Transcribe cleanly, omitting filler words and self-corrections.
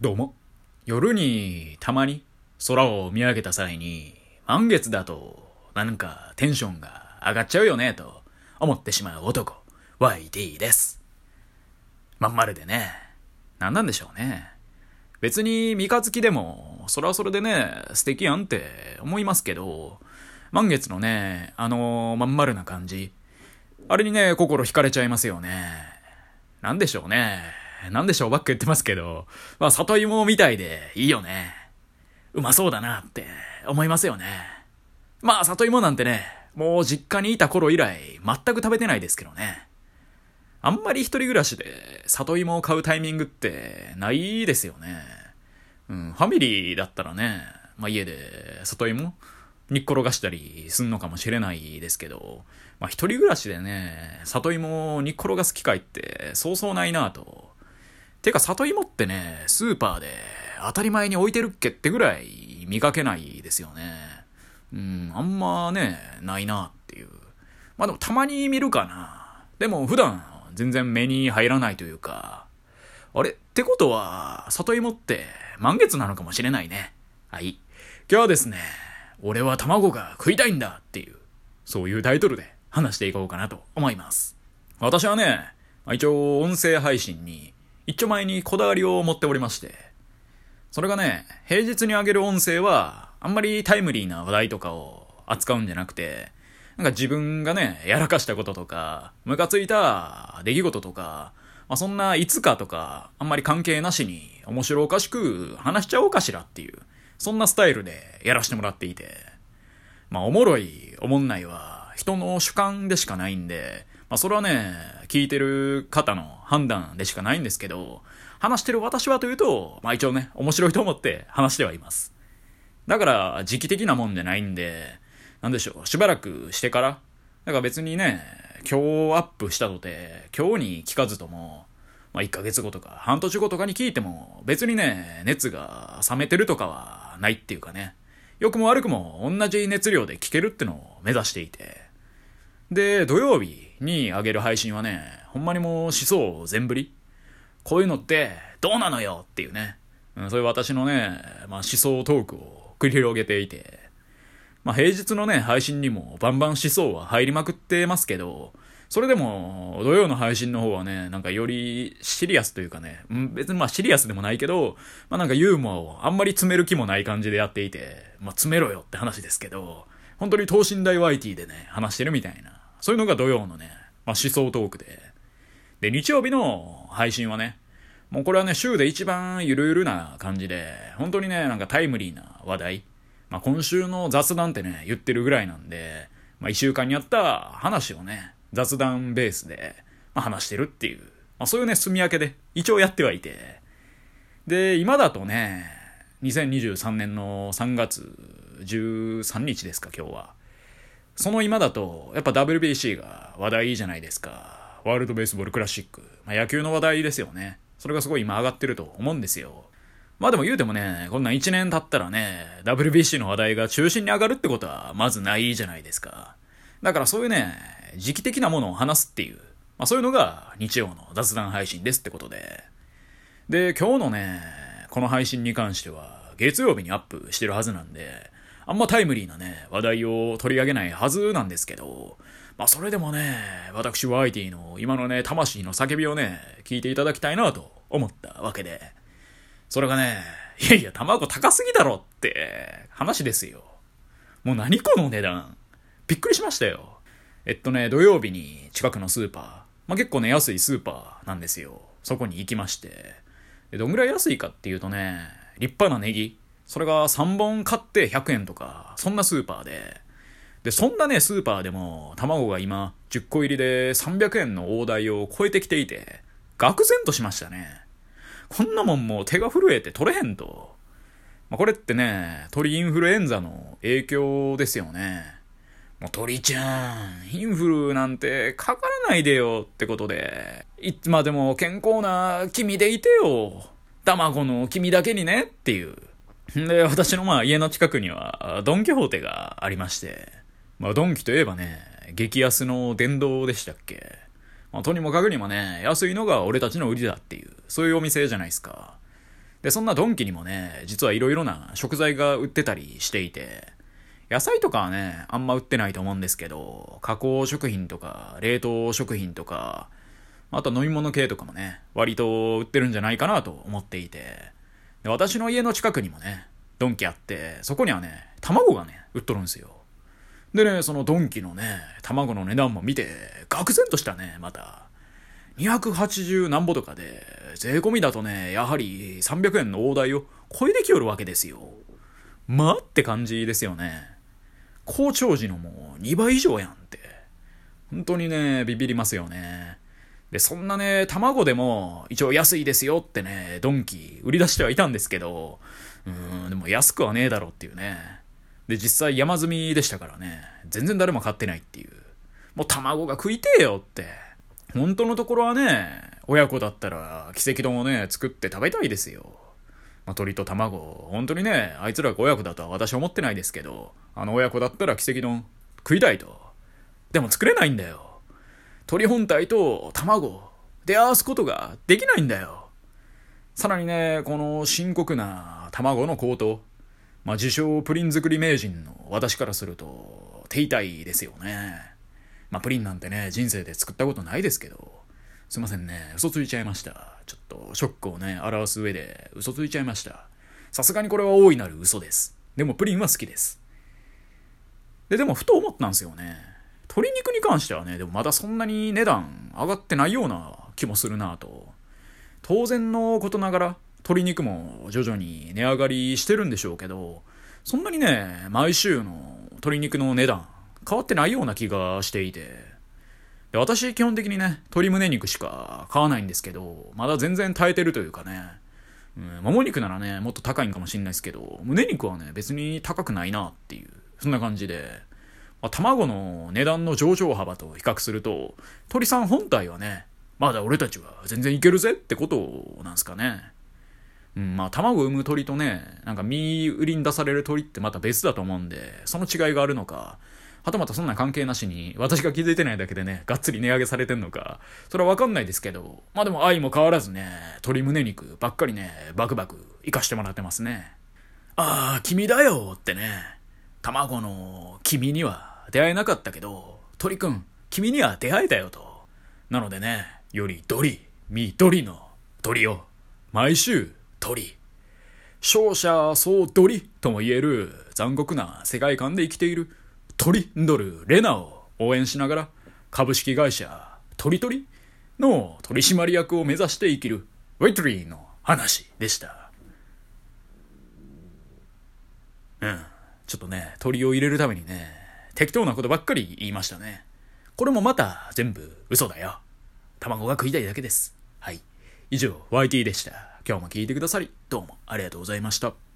どうも。夜にたまに空を見上げた際に満月だとなんかテンションが上がっちゃうよねと思ってしまう男 YT です。まん丸でね、なんなんでしょうね。別に三日月でもそれはそれでね素敵やんって思いますけど、満月のねまん丸な感じ、あれにね心惹かれちゃいますよね。なんでしょうね。なんでしょうばっか言ってますけど、里芋みたいでいいよね。うまそうだなって思いますよね。里芋なんてね、もう実家にいた頃以来全く食べてないですけどね。あんまり一人暮らしで里芋を買うタイミングってないですよね。ファミリーだったらね、家で里芋煮っ転がしたりすんのかもしれないですけど、一人暮らしでね、里芋を煮っ転がす機会ってそうそうないなと。てか里芋ってね、スーパーで当たり前に置いてるっけってぐらい見かけないですよね。あんまね、ないなっていう。でもたまに見るかな。でも普段全然目に入らないというか。あれってことは、里芋って満月なのかもしれないね。はい。今日はですね、俺は卵が食いたいんだっていう、そういうタイトルで話していこうかなと思います。私はね、一応音声配信に一丁前にこだわりを持っておりまして、それがね、平日に上げる音声はあんまりタイムリーな話題とかを扱うんじゃなくて、なんか自分がねやらかしたこととかムカついた出来事とか、そんないつかとかあんまり関係なしに面白おかしく話しちゃおうかしらっていう、そんなスタイルでやらせてもらっていて、おもろいおもんないは人の主観でしかないんで、それはね聞いてる方の判断でしかないんですけど、話してる私はというと一応ね面白いと思って話してはいます。だから時期的なもんじゃないんで、なんでしょう、しばらくしてから、だから別にね今日アップしたとて今日に聞かずとも、1ヶ月後とか半年後とかに聞いても別にね熱が冷めてるとかはないっていうかね、良くも悪くも同じ熱量で聞けるってのを目指していて、で土曜日に上げる配信はね、ほんまにもう思想全振り、こういうのってどうなのよっていうね、そういう私のね、思想トークを繰り広げていて、平日のね配信にもバンバン思想は入りまくってますけど、それでも土曜の配信の方はね、なんかよりシリアスというかね、別にシリアスでもないけど、なんかユーモアをあんまり詰める気もない感じでやっていて、詰めろよって話ですけど、本当に等身大 YT でね話してるみたいな、そういうのが土曜のね、思想トークで、日曜日の配信はね、もうこれはね週で一番ゆるゆるな感じで、本当にねなんかタイムリーな話題、今週の雑談ってね言ってるぐらいなんで、一週間にあった話をね雑談ベースで、話してるっていう、そういうね住み分けで一応やってはいて、で今だとね2023年の3月13日ですか今日は。その今だとやっぱ WBC が話題じゃないですか。ワールドベースボールクラシック、野球の話題ですよね。それがすごい今上がってると思うんですよ。でも言うてもね、こんなん1年経ったらね WBC の話題が中心に上がるってことはまずないじゃないですか。だからそういうね時期的なものを話すっていう、そういうのが日曜の雑談配信ですってことで、今日のねこの配信に関しては月曜日にアップしてるはずなんで、あんまタイムリーなね話題を取り上げないはずなんですけど、それでもね私は IT の今のね魂の叫びをね聞いていただきたいなと思ったわけで、それがね、いや卵高すぎだろって話ですよ。もう何この値段、びっくりしましたよ。土曜日に近くのスーパー、結構ね安いスーパーなんですよ。そこに行きまして、どんぐらい安いかっていうとね、立派なネギ、それが3本買って100円とか、そんなスーパーで、そんなねスーパーでも卵が今10個入りで300円の大台を超えてきていて、愕然としましたね。こんなもんもう手が震えて取れへんと。これってね鳥インフルエンザの影響ですよね。もう鳥ちゃんインフルなんてかからないでよってことで、いつまでも健康な君でいてよ、卵の君だけにねっていう。で私の家の近くにはドンキホーテがありまして、ドンキといえばね激安の殿堂でしたっけ。とにもかくにもね安いのが俺たちの売りだっていう、そういうお店じゃないですか。 で、そんなドンキにもね、実はいろいろな食材が売ってたりしていて、野菜とかはね、あんま売ってないと思うんですけど、加工食品とか、冷凍食品とか、あと飲み物系とかもね、割と売ってるんじゃないかなと思っていて、で、私の家の近くにもね、ドンキあって、そこにはね、卵がね、売っとるんですよ。でね、そのドンキのね、卵の値段も見て、愕然としたね、また。280何ぼとかで、税込みだとね、やはり300円の大台を超えてきよるわけですよ。まあって感じですよね。校長時のもう2倍以上やんって。本当にね、ビビりますよね。で、そんなね、卵でも一応安いですよってね、ドンキ売り出してはいたんですけど、でも安くはねえだろっていうね。で、実際山積みでしたからね、全然誰も買ってないっていう。もう卵が食いてえよって。本当のところはね、親子だったら奇跡丼をね、作って食べたいですよ。鳥と卵、本当にね、あいつらが親子だとは私は思ってないですけど、親子だったら奇跡丼食いたいと。でも作れないんだよ。鳥本体と卵、出会わすことができないんだよ。さらにね、この深刻な卵の高騰。自称プリン作り名人の私からすると、手痛いですよね。プリンなんてね、人生で作ったことないですけど、すいませんね、嘘ついちゃいました。ちょっとショックをね、表す上で嘘ついちゃいました。さすがにこれは大いなる嘘です。でもプリンは好きです。でもふと思ったんですよね。鶏肉に関してはね、でもまだそんなに値段上がってないような気もするなと。当然のことながら、鶏肉も徐々に値上がりしてるんでしょうけど、そんなにね、毎週の鶏肉の値段変わってないような気がしていて。で、私基本的にね、鶏胸肉しか買わないんですけど、まだ全然耐えてるというかね、もも肉ならね、もっと高いんかもしれないですけど、胸肉はね、別に高くないなっていう、そんな感じで、卵の値段の上昇幅と比較すると、鳥さん本体はね、まだ俺たちは全然いけるぜってことなんすかね。卵を産む鳥とね、なんか身売りに出される鳥ってまた別だと思うんで、その違いがあるのか、はたまたそんな関係なしに、私が気づいてないだけでね、がっつり値上げされてんのか、それはわかんないですけど、でも愛も変わらずね、鶏胸肉ばっかりね、バクバク活かしてもらってますね。ああ、君だよってね、卵の君には出会えなかったけど、鳥くん、君には出会えたよと。なのでね、よりどり、みどりの鳥を、毎週鳥。勝者総鳥とも言える残酷な世界観で生きている鳥んどるレナを応援しながら、株式会社鳥鳥の取締役を目指して生きるウェイトリーの話でした。ちょっとね、鳥を入れるためにね、適当なことばっかり言いましたね。これもまた全部嘘だよ。卵が食いたいだけです。はい。以上、YT でした。今日も聞いてくださり、どうもありがとうございました。